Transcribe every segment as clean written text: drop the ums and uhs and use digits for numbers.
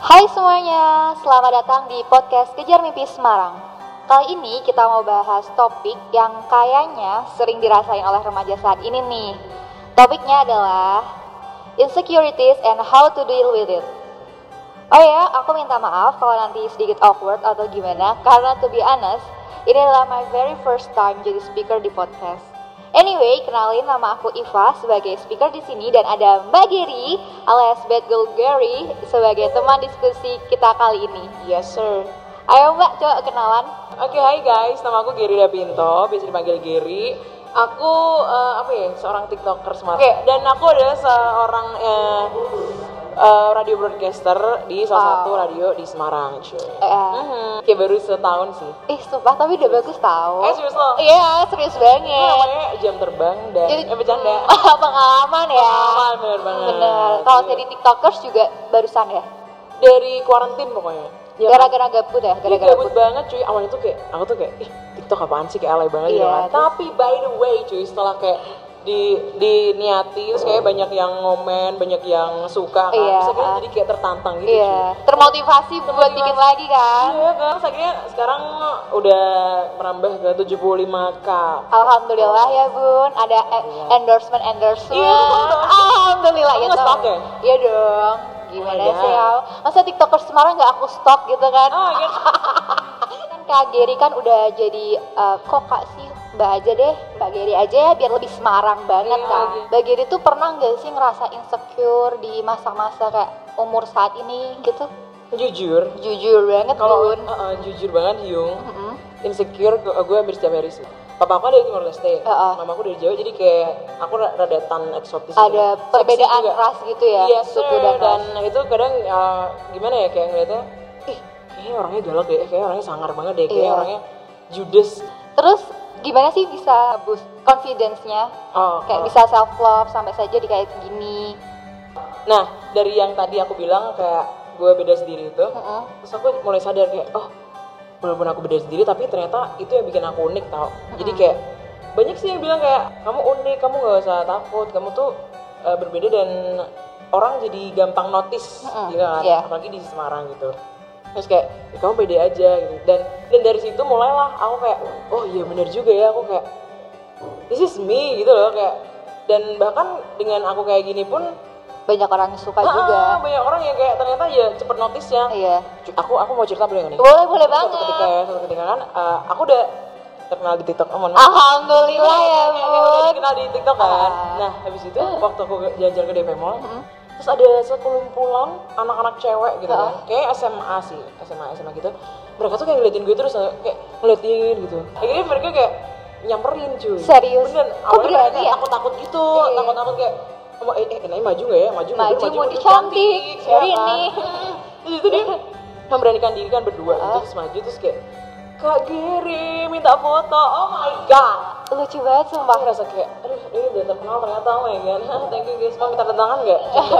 Hai semuanya, selamat datang di podcast Kejar Mimpi Semarang. Kali ini kita mau bahas topik yang kayaknya sering dirasain oleh remaja saat ini nih. Topiknya adalah insecurities and how to deal with it. Oh ya, aku minta maaf kalau nanti sedikit awkward atau gimana, karena to be honest, ini adalah my very first time jadi speaker di podcast. Anyway, kenalin, nama aku Iva sebagai speaker di sini dan ada Mbak Geri alias Bad Girl Gary sebagai teman diskusi kita kali ini. Yes sir. Ayo Mbak, coba kenalan. Oke, hai guys, nama aku Geri Dapinto, biasa dipanggil Geri. Aku seorang tiktoker Semarang. Oke, dan aku adalah seorang radio broadcaster di salah satu radio di Semarang, cuy. Kayak baru setahun sih. Sumpah, tapi udah bagus tau. Serius lo? Iya, serius banget. Namanya jam terbang dan bercanda. Pengalaman ya. Pengalaman, bener banget. Bener. Kalau jadi tiktokers juga barusan ya? Dari kuarantin pokoknya. Ya, gara-gara gabut ya? Gara-gara gabut banget cuy. Awalnya tuh kayak, aku tuh kayak, TikTok apaan sih, kayak alay banget gitu kan. Tapi by the way cuy, setelah kayak diniati terus kayak banyak yang ngomen, banyak yang suka kan. Terus akhirnya jadi kayak tertantang gitu cuy. Termotivasi buat bikin lagi kan. Iya kan, terus akhirnya sekarang udah merambah ke 75k. Alhamdulillah ya bun, ada endorsement. Iya, Alhamdulillah ya. Kamu nge-stok ya? Iya dong. Gimana sih ya? Masa tiktoker Semarang gak aku stok gitu kan? Gitu. Kan Kak Geri kan udah jadi kok Kak sih Mbak Geri aja ya biar lebih Semarang banget kan. Mbak Geri tuh pernah gak sih ngerasa insecure di masa-masa kayak umur saat ini gitu? Jujur banget kalau bun. jujur banget Yung. Insecure gue hampir setiap hari sih. Papa aku dari Timor Leste, mama aku dari Jawa, jadi kayak aku rada tan eksotis. Ada perbedaan ras gitu ya? Iya, suku dan itu kadang gimana ya, kayak ngeliatnya, kayaknya orangnya galak deh, kayaknya orangnya sangar banget deh, kayaknya orangnya judes. Terus gimana sih bisa boost confidence-nya? Kayak bisa self love sampai saja di kayak gini. Nah, dari yang tadi aku bilang kayak gue beda sendiri itu, terus aku mulai sadar kayak, walaupun aku beda sendiri tapi ternyata itu yang bikin aku unik tau. Jadi kayak banyak sih yang bilang kayak kamu unik, kamu gak usah takut, kamu tuh berbeda dan orang jadi gampang notice gitu kan, apalagi di Semarang gitu. Terus kayak kamu pede aja gitu, dan dari situ mulailah aku kayak oh iya benar juga ya, aku kayak this is me gitu loh kayak. Dan bahkan dengan aku kayak gini pun banyak orang yang suka juga. Banyak orang yang kayak ternyata ya cepet notice ya. Iya. Aku mau cerita boleh nggak nih? Boleh banget. Suatu ketika kan aku udah terkenal di TikTok. Alhamdulillah ya bun. Udah dikenal di TikTok kan. Nah habis itu waktu aku jalan ke DP Mall, terus ada sekelumpulan anak-anak cewek gitu kan, kayak SMA gitu. Mereka tuh kayak ngeliatin gue terus kayak ngeliatin gitu. Akhirnya mereka kayak nyamperin cuy. Serius? Bener. Awalnya kayak takut-takut gitu, takut kayak kenanya maju gak ya? Maju cantik hari ini. Terus itu dia memberanikan diri kan berdua terus maju terus kayak Kak Geri minta foto. Oh my god, lucu banget sumpah. Aku rasa kayak aduh ini udah terkenal ternyata. Oh my god, thank you guys. Mau minta tangan gak?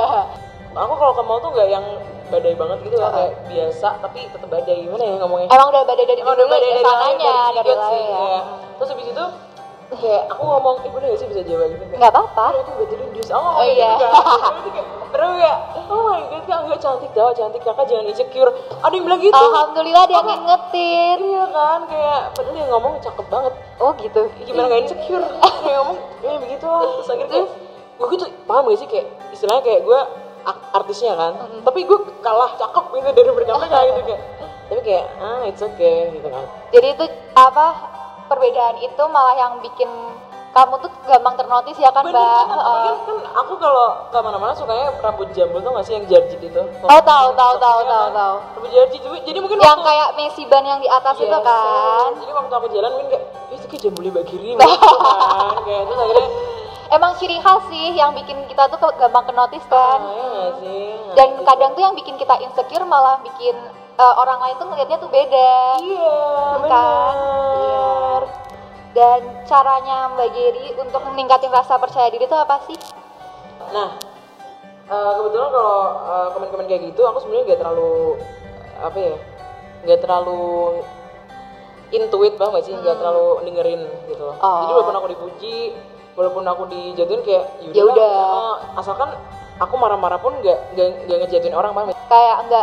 Aku kalau ke mall tuh gak yang badai banget gitu lah, kayak biasa tapi tetap badai. Gimana ya ngomongnya? Emang udah badai dari sananya dari lahir ya. Terus habis itu kayak aku ngomong, boleh gak sih bisa jawab gitu? Gak apa-apa. Aku betulin jus, iya. Terus kayak, oh my god, kak enggak cantik, kakak jangan insecure. Ada yang bilang gitu. Alhamdulillah dia ngingetin. Iya kan, kayak padahal dia ngomong cakep banget. Oh gitu. Gimana gak insecure? Kayak ngomong, ya begitu lah. Terus akhirnya kayak, gue gitu, paham gak sih kayak istilahnya kayak gue artisnya kan, tapi gue kalah cakep gitu dari mereka gitu kayak. Tapi kayak, it's okay gitu kan. Jadi itu perbedaan itu malah yang bikin kamu tuh gampang ternotis ya kan Mbak? Kan aku kalau kemana-mana sukanya rambut jambul tuh nggak sih yang jarjit itu? Tahu. Rambut jarjit jadi mungkin yang kayak Messi ban yang di atas itu kan. Jadi waktu aku jalan mungkin kayak itu kayak jambulnya Mbak Giri kan, kayak terus akhirnya emang ciri khas sih yang bikin kita tuh gampang kenotis kan. Iya nggak sih. Dan kadang tuh yang bikin kita insecure malah bikin orang lain tuh ngeliatnya tuh beda. Iya, kan? Benar. Dan caranya Mbak Geri untuk meningkatin rasa percaya diri itu apa sih? Nah, kebetulan kalau komen-komen kayak gitu aku sebenarnya nggak terlalu intuit banget sih, nggak terlalu dengerin gitu loh. Jadi walaupun aku dipuji, walaupun aku dijatuhin kayak yaudah, asalkan aku marah-marah pun nggak ngejatuhin orang banget. Kayak nggak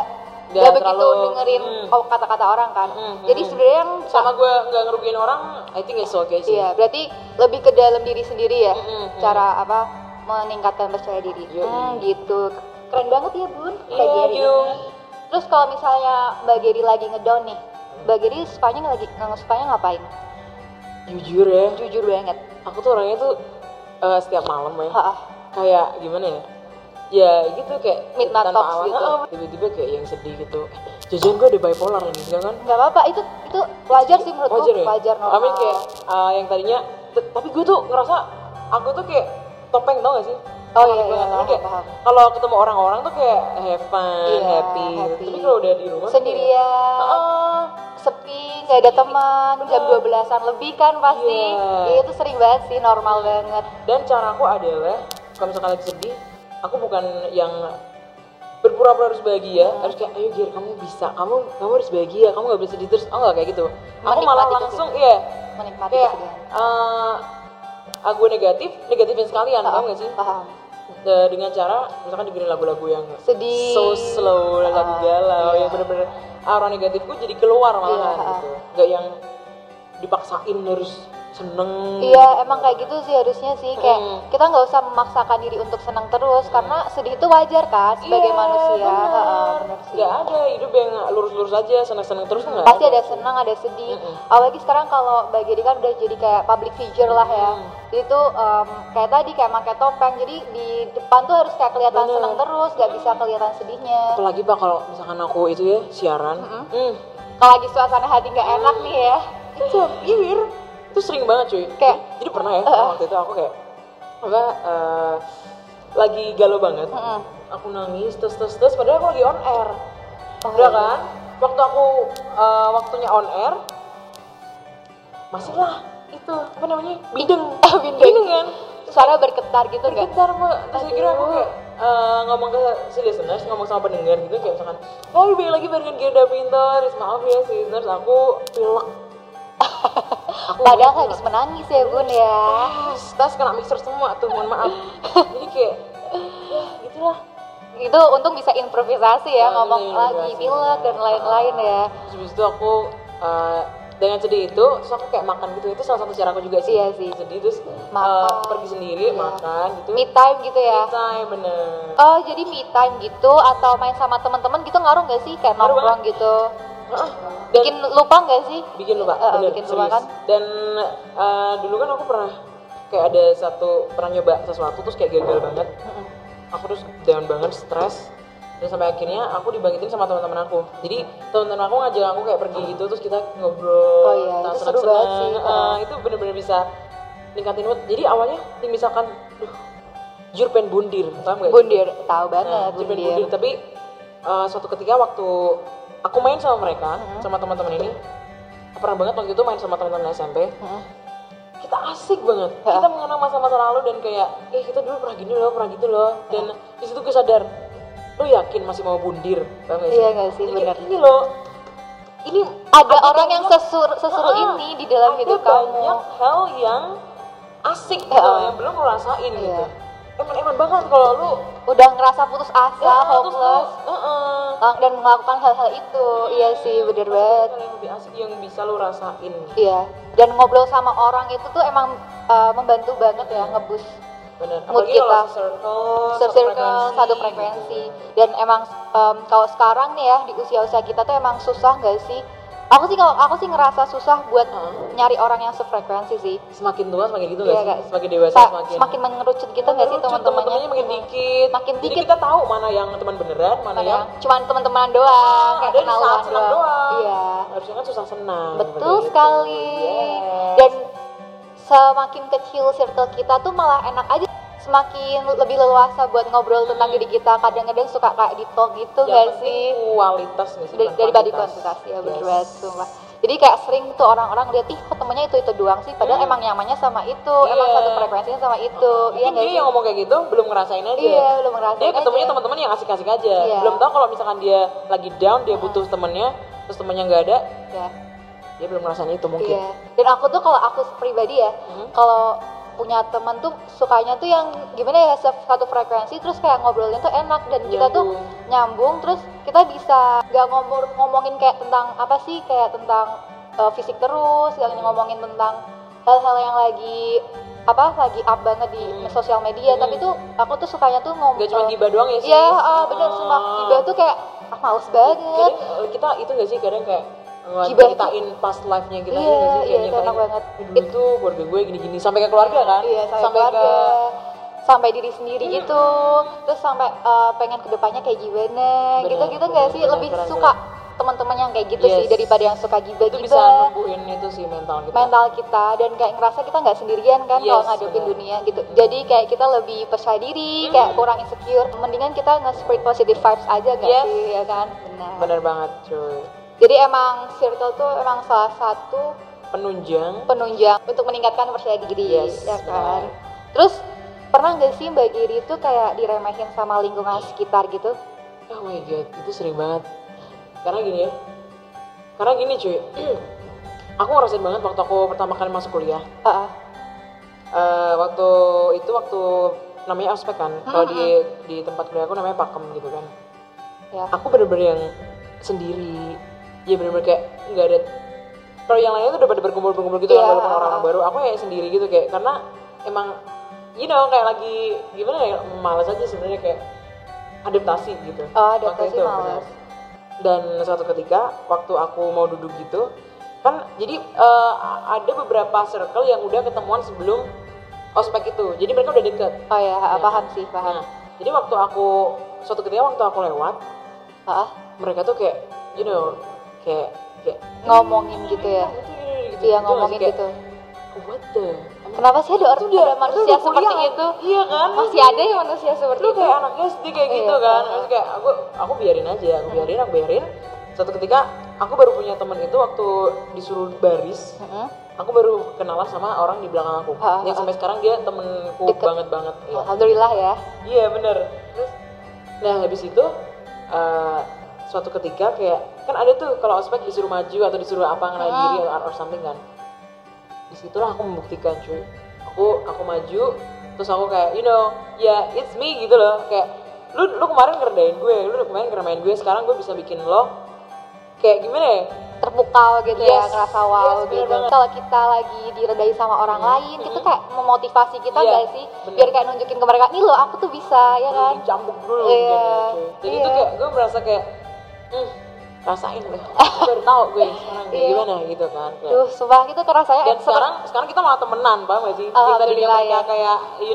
Gak begitu dengerin kata-kata orang kan. Jadi sebenarnya yang sama gue nggak ngerugiin orang, I think it's okay sih. Iya, berarti lebih ke dalam diri sendiri ya, cara apa meningkatkan percaya diri. Gitu. Keren banget ya Bun, Mbak Geri. Terus kalau misalnya Mbak Geri lagi ngedown nih, Mbak Geri sukanya ngapain? Jujur ya. Jujur banget. Aku tuh orangnya tuh setiap malam ya. Kayak gimana ya? Ya gitu kayak midnight talks gitu. Tiba-tiba kayak yang sedih gitu. Jajan gue ada bipolar ini, enggak kan? Enggak apa-apa, itu wajar sih menurutku. Wajar normal. Amin kayak yang tadinya tapi gue tuh ngerasa aku tuh kayak topeng tau gak sih? Oh iya, kayak kalau ketemu orang-orang tuh kayak have fun, happy. Tapi kalau udah di rumah sendirian, sepi, nggak ada teman, jam 12-an lebih kan pasti. Iya, itu sering banget sih, normal banget. Dan caraku adalah kalau misalkan lagi sedih, aku bukan yang berpura-pura harus bahagia, harus kayak ayo Gir, kamu bisa, kamu harus bahagia, kamu nggak bisa sedih terus. Enggak kayak gitu. Aku malah langsung menikmati kesedihan. Aku negatifin sekalian, paham gak sih? Paham. Dengan cara misalkan dengerin lagu-lagu yang sedih, so slow, lagu galau, yang bener-bener aura negatifku jadi keluar malahan gitu. Gak yang dipaksain harus seneng. Iya, emang kayak gitu sih harusnya sih, kayak kita nggak usah memaksakan diri untuk senang terus, karena sedih itu wajar kan sebagai manusia. Bener sih. Gak ada hidup yang lurus-lurus aja, senang-senang terus nggak. Pasti ada senang, ada sedih. Apalagi sekarang kalau Mbak Geri kan udah jadi kayak public figure lah ya. Jadi tuh kayak tadi kayak pakai topeng, jadi di depan tuh harus kayak kelihatan senang terus, gak bisa kelihatan sedihnya. Apalagi Pak kalau misalkan aku itu ya siaran, kalau lagi suasana hati nggak enak nih ya, itu sering banget cuy. Kayak jadi pernah ya waktu itu aku kayak lagi galau banget, aku nangis terus padahal aku lagi on air. Udah kan waktu aku waktunya on air masih lah itu apa namanya bideng kan, suara bergetar gitu nggak? Bergetar Mbak. Terus kira aku kayak ngomong ke si listeners, ngomong sama pendengar gitu kayak misalkan lebih baik lagi barengan Gerda Pintar, maaf ya si listeners aku pilek. Padahal habis menangis ya Bun ya. Tas kena mixer semua tuh, mohon maaf. Jadi kayak gitulah. Itu untung bisa improvisasi ya, ngomong lagi pilek dan lain-lain ya. Terus itu aku dengan sedih itu, terus aku kayak makan gitu, itu salah satu cara aku juga sih. Iya sih. Sedih terus pergi sendiri makan gitu. Me time gitu ya. Me time bener. Oh jadi me time gitu atau main sama teman-teman gitu ngaruh nggak sih kayak nongkrong gitu? Bikin lupa nggak sih? Bikin lupa, bener, bikin lupa kan? Dan dulu kan aku pernah kayak ada pernah nyoba sesuatu terus kayak gagal banget. Aku terus down banget, stres. Dan sampai akhirnya aku dibangkitin sama teman-teman aku. Jadi teman-teman aku ngajak aku kayak pergi gitu terus kita ngobrol. Oh iya, itu seru banget sih. Itu bener-bener bisa ningkatin mood. Jadi awalnya misalkan, jujur pengen bundir, tahu nggak? Bundir, tahu banget. Bundir. Tapi suatu ketika waktu aku main sama mereka, sama teman-teman ini, pernah banget waktu itu main sama teman-teman SMP. Kita asik banget. Kita mengenang masa-masa lalu dan kayak, kita dulu pernah gini loh, pernah gitu loh. Dan di situ gue sadar, lo yakin masih mau bundir? Paham gak sih? Iya gak sih, benar. Ini loh, ini ada orang yang seseru ini di dalam hidup kamu. Ada banyak hal yang asik gitu, yang belum lo rasain gitu. Eman banget kalau lu udah ngerasa putus asa, hopeless, dan melakukan hal-hal itu. Iya sih, bener banget. Yang lebih asik yang bisa lu rasain. Iya, dan ngobrol sama orang itu tuh emang membantu banget ya, ngeboost mood kita. Circle, satu frekuensi. Dan emang kalau sekarang nih ya di usia-usia kita tuh emang susah nggak sih? Aku sih ngerasa susah buat nyari orang yang sefrekuensi sih. Semakin tua semakin gitu nggak sih? Semakin dewasa semakin mengerucut gitu nggak sih teman-temannya? Makin dikit. Jadi kita tahu mana yang teman beneran, mana yang cuman teman-temanan doang, kayak kenalan doang. Iya. Harusnya kan susah senang. Betul sekali. Dan semakin kecil circle kita tuh malah enak aja. Semakin lebih leluasa buat ngobrol tentang diri kita. Kadang-kadang suka kayak di talk gitu gak sih? Kualitas gak sih? Daripada kuantitas ya, bener banget sumpah. Jadi kayak sering tuh orang-orang lihat, kok temennya itu doang sih, padahal emang nyamannya sama itu, emang satu frekuensinya sama itu. Iya nggak sih? Yang ngomong kayak gitu belum ngerasain aja. Iya, belum ngerasain. Dia ketemunya teman-teman yang asik-asik aja. Belum tahu kalau misalkan dia lagi down, dia butuh temennya, terus temennya nggak ada. Dia belum ngerasain itu mungkin. Dan aku tuh kalau aku pribadi ya, kalau punya teman tuh sukanya tuh yang gimana ya, satu frekuensi, terus kayak ngobrolnya tuh enak dan kita tuh nyambung, terus kita bisa nggak ngomongin kayak tentang apa sih, kayak tentang fisik terus, yang ngomongin tentang hal-hal yang lagi up banget di sosial media. Tapi tuh aku tuh sukanya tuh gak cuma gibah doang ya sih. Iya, bener, sumpah gibah tuh kayak males banget. Kadang kita itu gak sih, kadang kayak ceritain past life-nya kita iya, gak sih? Iya, itu enak banget. Itu keluarga gue gini-gini, sampai ke keluarga kan? Iya, sampai keluarga, sampai diri sendiri gitu. Terus sampai pengen kedepannya kayak gimana, gitu-gitu gak sih? Lebih suka teman-teman yang kayak gitu sih daripada yang suka gibah-gibah. Itu bisa numbuhin itu sih mental kita, dan kayak ngerasa kita nggak sendirian kan kalau ngadepin dunia gitu. Jadi kayak kita lebih percaya diri, kayak kurang insecure. Mendingan kita nge-spread positive vibes aja gak sih, ya kan? Bener banget cuy. Jadi emang circle tuh emang salah satu penunjang untuk meningkatkan percaya diri, ya kan? Terus pernah nggak sih Mbak Giri tuh kayak diremehin sama lingkungan sekitar gitu? Oh my god, itu sering banget. Karena gini cuy, aku ngerasain banget waktu aku pertama kali masuk kuliah. Waktu namanya ospek kan, kalau di tempat kuliah aku namanya pakem gitu kan. Aku bener-bener yang sendiri, ya bener-bener kayak nggak ada. Kalau yang lainnya tuh udah pada berkumpul gitu kan, baru orang-orang baru. Aku kayak sendiri gitu, kayak karena emang kayak lagi gimana ya, malas aja sebenarnya, kayak adaptasi gitu. Adaptasi malas. Dan suatu ketika waktu aku mau duduk gitu kan, jadi ada beberapa circle yang udah ketemuan sebelum ospek itu, jadi mereka udah deket. Paham sih. Jadi suatu ketika waktu aku lewat, mereka tuh kayak kayak ngomongin gitu ya. Iya, ngomongin gitu. What the? Kenapa sih ada manusia seperti itu? Iya kan? Masih ada yang manusia seperti itu. Kayak anak SD kayak gitu kan. Terus kayak aku biarin aja, aku biarin. Suatu ketika aku baru punya teman itu waktu disuruh baris. Aku baru kenalan sama orang di belakang aku. Yang sampai sekarang dia temenku banget. Ya. Alhamdulillah ya. Iya bener. Terus, nah habis itu suatu ketika kayak kan ada tuh kalau ospek disuruh maju atau disuruh apa ngenalin diri or something kan. Disitulah aku membuktikan cuy. Aku maju, terus aku kayak it's me gitu loh. Kayak lu kemarin ngerdain gue, lu kemarin ngeremain gue, sekarang gue bisa bikin lo kayak gimana ya, terpukau gitu ya, ngerasa wow gitu. Kalau kita lagi direndahin sama orang lain, itu kayak memotivasi kita gak sih? Biar kayak nunjukin ke mereka, nih lo aku tuh bisa, ya kan? Dicampuk dulu jadi itu kayak gue merasa kayak rasain deh, baru tahu gue sekarang gimana gitu kan. Duh, sumpah itu kerasanya. Dan sekarang kita malah temenan, paham gak sih? Kita di mereka kayak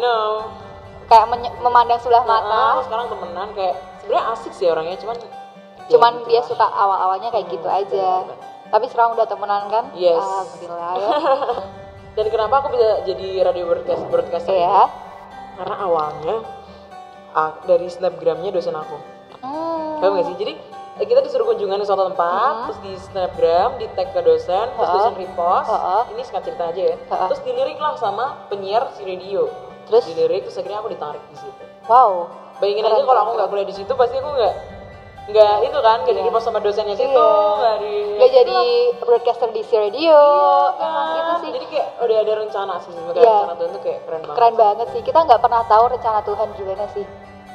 kayak memandang sebelah mata. Sekarang temenan, kayak sebenarnya asik sih orangnya, cuman gitu dia suka awalnya kayak gitu aja. Tapi sekarang udah temenan kan? Yes. Alhamdulillah ya. Dan kenapa aku bisa jadi radio broadcaster? Karena awalnya dari snapgramnya dosen aku. Paham gak sih? Jadi kita disuruh kunjungan ke suatu tempat, terus di snapgram, di tag ke dosen, terus dosen repost. Ini singkat cerita aja ya. Terus dilirik lah sama penyiar si radio. Terus dilirik, terus akhirnya aku ditarik di situ. Wow. Bayangin aja kalau aku nggak kuliah di situ, pasti aku nggak itu kan, nggak di repost sama dosennya situ, nggak jadi broadcaster di si radio. Emang gitu sih. Jadi kayak udah ada rencana sih, rencana Tuhan tuh kayak keren banget. Keren banget sih. Kita nggak pernah tahu rencana Tuhan gimana sih.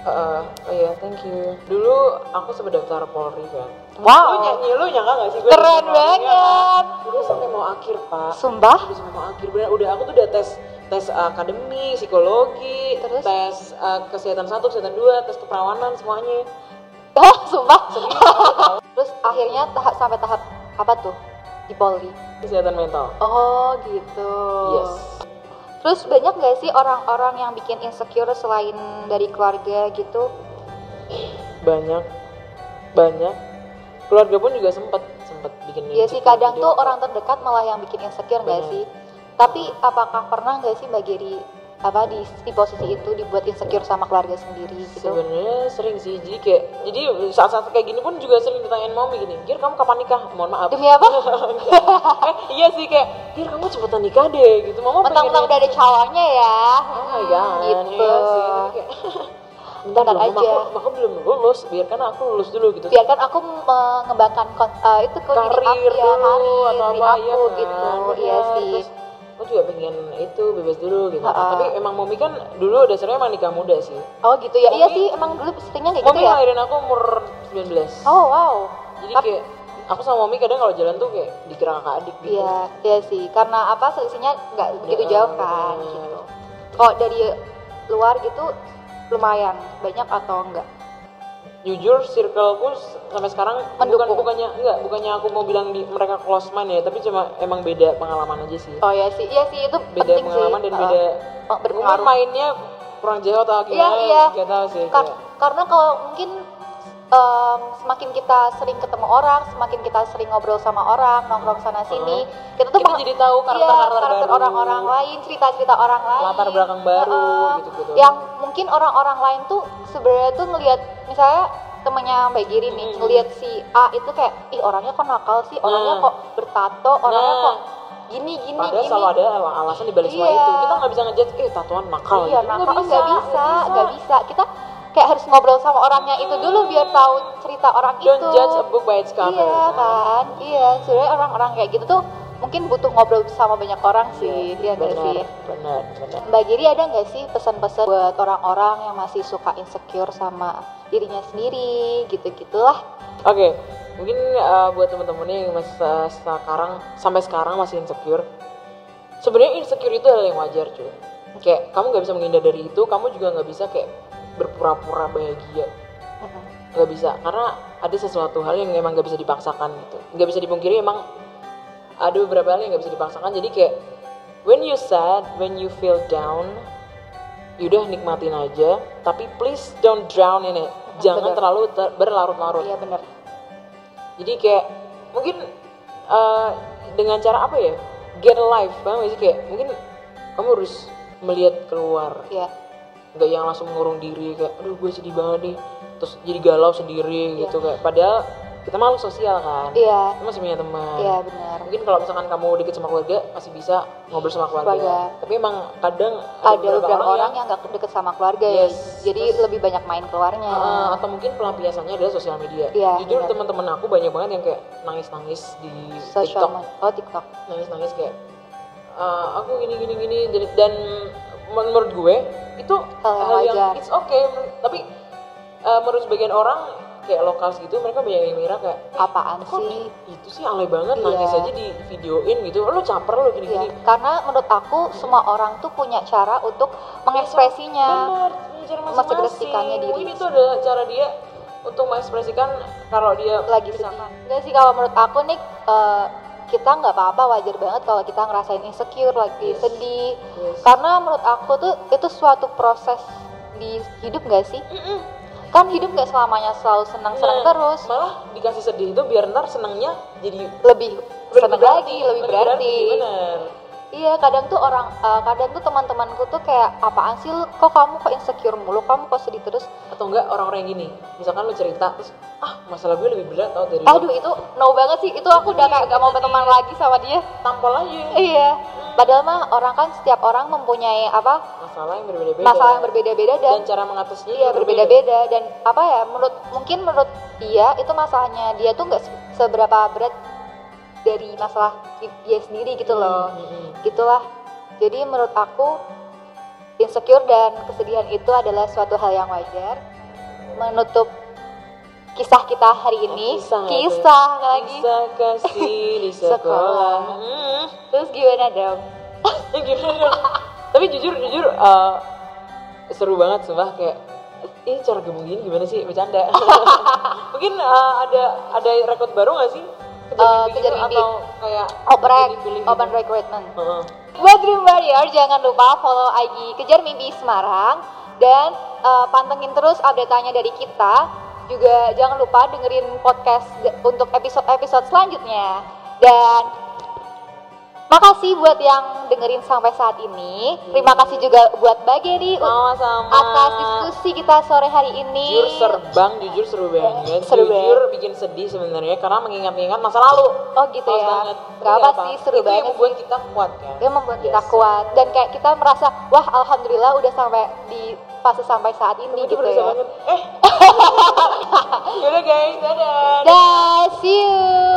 Thank you. Dulu aku sempat daftar Polri kan. Wow. Lu nyangka gak sih gue? Keren banget. Udah sampai mau akhir pak. Sumpah? Udah sampai mau akhir, bener. Udah aku tuh udah tes akademi, psikologi, terus tes kesehatan 1, kesehatan 2, tes keperawanan semuanya. Sumpah? Terus akhirnya sampai tahap apa tuh di Polri? Kesehatan mental. Oh gitu. Yes. Terus banyak gak sih orang-orang yang bikin insecure selain dari keluarga gitu? Banyak. Keluarga pun juga sempet bikin insecure. Iya sih, kadang tuh orang terdekat malah yang bikin insecure gak sih? Tapi apakah pernah gak sih Mbak Geri di posisi itu dibuat insecure sama keluarga sendiri gitu? Sebenarnya sering sih, jadi saat-saat kayak gini pun juga sering ditanyain mami gini, Gir kamu kapan nikah? Mohon maaf. Demi apa? Iya sih, kayak Gir kamu cepetan nikah deh gitu. Mama mentang-mentang udah ada calonnya ya. Oh my god. Gitu. Iya sih, kayak bentar aja. Aku belum lulus, biarkan aku lulus dulu gitu. Biarkan aku mengembangkan itu karir diri dulu atau apa aku ya kan? gitu. Iya sih. Terus juga pengen itu bebas dulu gitu. Tapi emang Momi kan dulu dasarnya emang nikah muda sih. Oh gitu ya. Momi, iya sih emang dulu seringnya kayak gitu ya. Momi ngelahirin aku umur 19. Oh wow. Jadi kayak aku sama Momi kadang kalau jalan tuh kayak dikira kakak adik gitu. Iya sih. Karena apa selisihnya nggak begitu jauh kan gitu. Kalau dari luar gitu lumayan banyak atau enggak? Jujur circleku sampai sekarang bukannya aku mau bilang mereka close mind ya, tapi cuma emang beda pengalaman aja sih. Oh iya sih itu beda penting pengalaman sih. Dan beda berpengaruh. Mainnya kurang jauh atau gimana? Iya. Gak tahu sih. Karena kalau mungkin semakin kita sering ketemu orang, semakin kita sering ngobrol sama orang, nongkrong sana sini, kita jadi tahu karakter orang-orang lain, cerita-cerita orang lain, latar belakang baru gitu-gitu. Yang mungkin orang-orang lain tuh sebenarnya tuh ngelihat misalnya temennya Mbak Giri nih, ngelihat si A itu kayak, ih orangnya kok nakal sih, orangnya kok bertato, orangnya kok gini. Padahal selalu ada alasan di balik semua itu. Kita nggak bisa ngejudge, tatoan nakal. Iya, gitu. nakal nggak bisa. Kita kayak harus ngobrol sama orangnya itu dulu biar tahu cerita orang itu. Don't judge a book by its cover. Iya kan, sebenarnya orang-orang kayak gitu tuh mungkin butuh ngobrol sama banyak orang sih, benar. Mbak Giri ada nggak sih pesan-pesan buat orang-orang yang masih suka insecure sama dirinya sendiri, gitu-gitulah? Oke, mungkin buat teman-teman yang sampai sekarang masih insecure. Sebenarnya insecure itu hal yang wajar cuy. Kayak kamu nggak bisa menghindar dari itu, kamu juga nggak bisa kayak berpura-pura bahagia. Nggak bisa, karena ada sesuatu hal yang emang nggak bisa dipaksakan gitu. Nggak bisa dipungkiri, emang ada beberapa hal yang nggak bisa dipaksakan. Jadi kayak when you sad, when you feel down, yaudah nikmatin aja, tapi please don't drown in it. Jangan terlalu berlarut-larut. Iya benar. Jadi kayak mungkin dengan cara apa ya, get a life, paham gak sih? Kayak mungkin kamu harus melihat keluar. Iya. Nggak yang langsung mengurung diri kayak aduh gue sedih banget nih, terus jadi galau sendiri gitu. Kayak padahal kita makhluk sosial kan. Kita masih punya teman. Iya benar. Mungkin kalau misalkan kamu deket sama keluarga masih bisa ngobrol sama keluarga. Tapi emang kadang ada beberapa orang yang nggak deket sama keluarga ya. Jadi lebih banyak main keluarnya. Atau mungkin pelampiasannya adalah sosial media. Jujur teman-teman aku banyak banget yang kayak nangis-nangis di TikTok. TikTok. Nangis-nangis kayak aku gini dan menurut gue itu hal yang it's okay. Tapi menurut sebagian orang kayak lokal gitu, mereka banyak yang mengira kayak apaan sih? Itu sih alay banget, nangis aja di videoin gitu. Lo caper lo gini-gini. Karena menurut aku semua orang tuh punya cara untuk mengekspresinya. Benar, cara masing-masing. Diri. Mungkin itu adalah cara dia untuk mengekspresikan kalau dia lagi sedih. Enggak sih, kalau menurut aku nih kita nggak apa-apa, wajar banget kalau kita ngerasain insecure, lagi sedih. Karena menurut aku tuh itu suatu proses di hidup nggak sih? Kan hidup gak selamanya selalu senang-senang terus. Malah dikasih sedih itu biar ntar senangnya jadi lebih senang lagi, lebih berarti. Bener. Iya, kadang tuh teman-temanku tuh kayak apaan sih kok kamu kok insecure mulu, kamu kok sedih terus. Atau enggak orang-orang yang gini, misalkan lu cerita terus masalah gue lebih berat tau dari aduh itu no banget sih, itu aku udah kayak gak mau berteman lagi sama dia. Tampol aja. Iya. Padahal mah orang kan setiap orang mempunyai masalah yang berbeda-beda dan cara mengatasinya berbeda-beda. Dan mungkin menurut dia itu masalahnya dia tuh nggak seberapa berat dari masalah dia sendiri gitu loh. Gitulah. Jadi menurut aku insecure dan kesedihan itu adalah suatu hal yang wajar. Menutup kisah kita hari ini, kisah kasih di sekolah. Terus gimana dong? Tapi jujur seru banget sumpah, kayak ini cara gemuk gini gimana sih, bercanda. Mungkin ada rekod baru nggak sih kejar mimpi atau kayak open recruitment. Buat Dream Warrior jangan lupa follow IG Kejar Mimpi Semarang dan pantengin terus update-nya dari kita. Juga jangan lupa dengerin podcast untuk episode-episode selanjutnya. Dan makasih buat yang dengerin sampai saat ini. Terima kasih juga buat Mbak Geri atas diskusi kita sore hari ini. Jujur seru banget. Bikin sedih sebenarnya karena mengingat-ingat masa lalu. Oh gitu ya. Gak apa sih, seru banget. Itu yang membuat kita kuat kan. Itu membuat kita kuat dan kayak kita merasa wah alhamdulillah udah sampai di fase sampai saat ini gitu ya. Yaudah guys, dadah. See you.